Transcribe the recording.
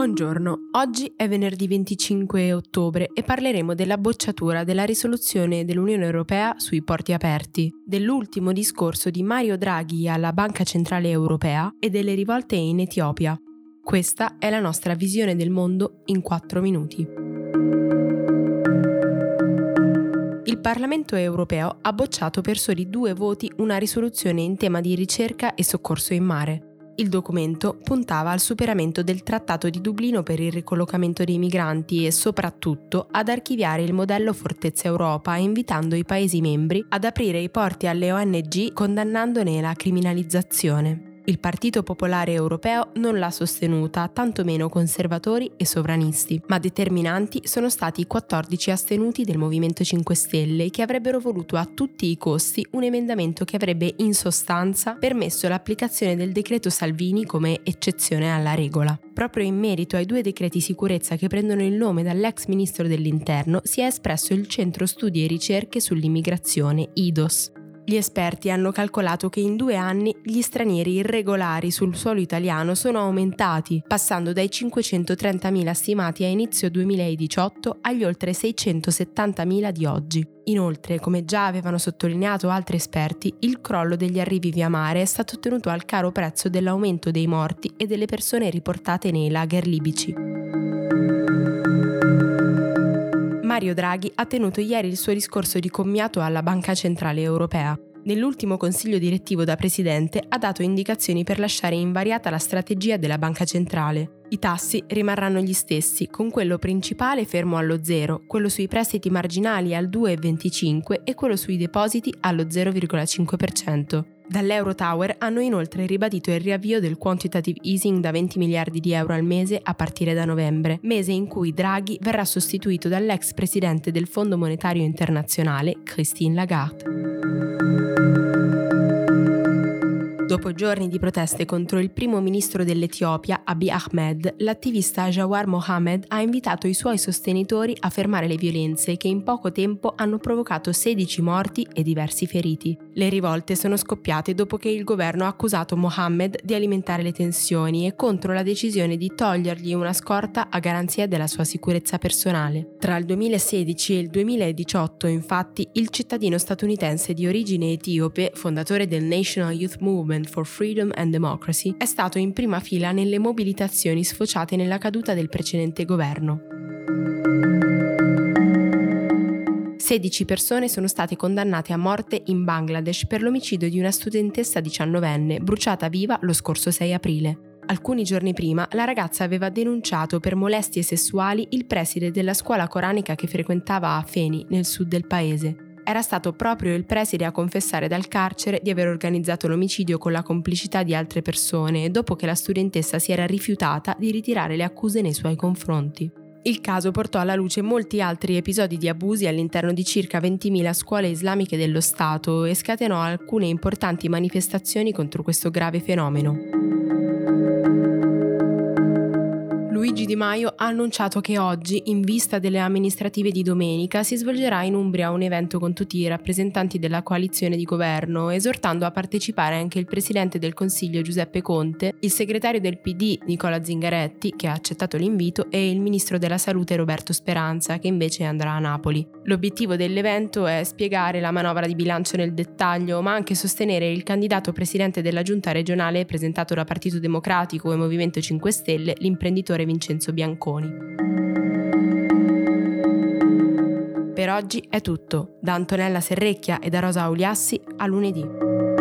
Buongiorno, oggi è venerdì 25 ottobre e parleremo della bocciatura della risoluzione dell'Unione Europea sui porti aperti, dell'ultimo discorso di Mario Draghi alla Banca Centrale Europea e delle rivolte in Etiopia. Questa è la nostra visione del mondo in 4 minuti. Il Parlamento europeo ha bocciato per soli 2 voti una risoluzione in tema di ricerca e soccorso in mare. Il documento puntava al superamento del Trattato di Dublino per il ricollocamento dei migranti e soprattutto ad archiviare il modello Fortezza Europa, invitando i Paesi membri ad aprire i porti alle ONG condannandone la criminalizzazione. Il Partito Popolare Europeo non l'ha sostenuta, tantomeno conservatori e sovranisti, ma determinanti sono stati i 14 astenuti del Movimento 5 Stelle che avrebbero voluto a tutti i costi un emendamento che avrebbe in sostanza permesso l'applicazione del decreto Salvini come eccezione alla regola. Proprio in merito ai 2 decreti sicurezza che prendono il nome dall'ex ministro dell'Interno si è espresso il Centro Studi e Ricerche sull'Immigrazione, IDOS. Gli esperti hanno calcolato che in 2 anni gli stranieri irregolari sul suolo italiano sono aumentati, passando dai 530.000 stimati a inizio 2018 agli oltre 670.000 di oggi. Inoltre, come già avevano sottolineato altri esperti, il crollo degli arrivi via mare è stato ottenuto al caro prezzo dell'aumento dei morti e delle persone riportate nei lager libici. Mario Draghi ha tenuto ieri il suo discorso di commiato alla Banca Centrale Europea. Nell'ultimo consiglio direttivo da presidente ha dato indicazioni per lasciare invariata la strategia della Banca Centrale. I tassi rimarranno gli stessi, con quello principale fermo allo 0, quello sui prestiti marginali al 2,25 e quello sui depositi allo 0,5%. Dall'Eurotower hanno inoltre ribadito il riavvio del quantitative easing da 20 miliardi di euro al mese a partire da novembre, mese in cui Draghi verrà sostituito dall'ex presidente del Fondo Monetario Internazionale, Christine Lagarde. Dopo giorni di proteste contro il primo ministro dell'Etiopia, Abiy Ahmed, l'attivista Jawar Mohammed ha invitato i suoi sostenitori a fermare le violenze che in poco tempo hanno provocato 16 morti e diversi feriti. Le rivolte sono scoppiate dopo che il governo ha accusato Mohammed di alimentare le tensioni e contro la decisione di togliergli una scorta a garanzia della sua sicurezza personale. Tra il 2016 e il 2018, infatti, il cittadino statunitense di origine etiope, fondatore del National Youth Movement for Freedom and Democracy, è stato in prima fila nelle mobilitazioni sfociate nella caduta del precedente governo. 16 persone sono state condannate a morte in Bangladesh per l'omicidio di una studentessa 19enne bruciata viva lo scorso 6 aprile. Alcuni giorni prima la ragazza aveva denunciato per molestie sessuali il preside della scuola coranica che frequentava a Feni, nel sud del paese. Era stato proprio il preside a confessare dal carcere di aver organizzato l'omicidio con la complicità di altre persone, dopo che la studentessa si era rifiutata di ritirare le accuse nei suoi confronti. Il caso portò alla luce molti altri episodi di abusi all'interno di circa 20.000 scuole islamiche dello Stato e scatenò alcune importanti manifestazioni contro questo grave fenomeno. Luigi Di Maio ha annunciato che oggi, in vista delle amministrative di domenica, si svolgerà in Umbria un evento con tutti i rappresentanti della coalizione di governo, esortando a partecipare anche il presidente del Consiglio Giuseppe Conte, il segretario del PD Nicola Zingaretti, che ha accettato l'invito, e il ministro della Salute Roberto Speranza, che invece andrà a Napoli. L'obiettivo dell'evento è spiegare la manovra di bilancio nel dettaglio, ma anche sostenere il candidato presidente della giunta regionale presentato da Partito Democratico e Movimento 5 Stelle, l'imprenditore Vincenzo Bianconi. Per oggi è tutto. Da Antonella Serrecchia e da Rosa Auliassi a lunedì.